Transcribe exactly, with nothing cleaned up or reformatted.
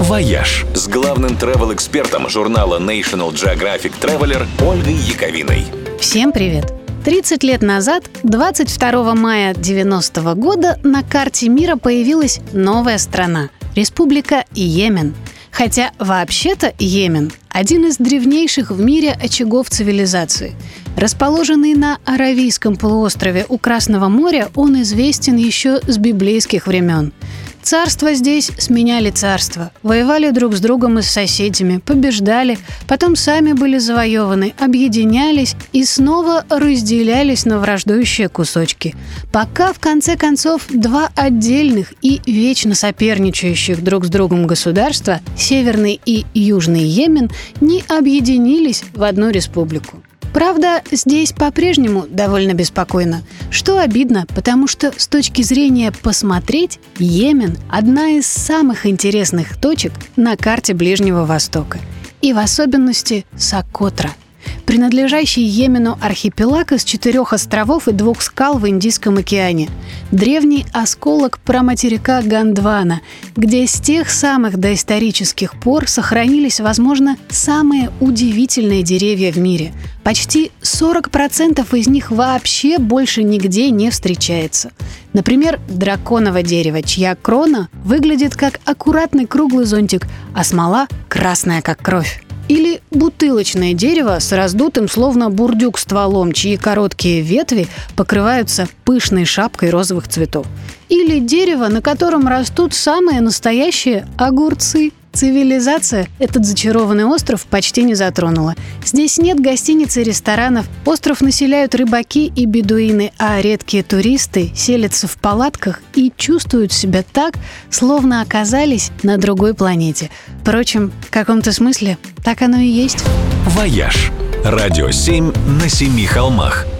«Вояж» с главным travel-экспертом журнала National Geographic Traveler Ольгой Яковиной. Всем привет! тридцать лет назад, двадцать второго мая девяностого года, на карте мира появилась новая страна – Республика Йемен. Хотя вообще-то Йемен – один из древнейших в мире очагов цивилизации. Расположенный на Аравийском полуострове у Красного моря, он известен еще с библейских времен. Царства здесь сменяли царства, воевали друг с другом и с соседями, побеждали, потом сами были завоеваны, объединялись и снова разделялись на враждующие кусочки, пока в конце концов два отдельных и вечно соперничающих друг с другом государства, Северный и Южный Йемен, не объединились в одну республику. Правда, здесь по-прежнему довольно беспокойно, что обидно, потому что с точки зрения посмотреть, Йемен – одна из самых интересных точек на карте Ближнего Востока. И в особенности Сокотра, принадлежащий Йемену архипелаг из четырех островов и двух скал в Индийском океане. Древний осколок праматерика Гондвана, где с тех самых доисторических пор сохранились, возможно, самые удивительные деревья в мире. Почти сорок процентов из них вообще больше нигде не встречается. Например, драконово дерево, чья крона выглядит как аккуратный круглый зонтик, а смола красная, как кровь. Или бутылочное дерево с раздутым, словно бурдюк, стволом, чьи короткие ветви покрываются пышной шапкой розовых цветов. Или дерево, на котором растут самые настоящие огурцы. Цивилизация этот зачарованный остров почти не затронула. Здесь нет гостиниц и ресторанов, остров населяют рыбаки и бедуины, а редкие туристы селятся в палатках и чувствуют себя так, словно оказались на другой планете. Впрочем, в каком-то смысле так оно и есть. «Вояж» – радио семь на семи холмах.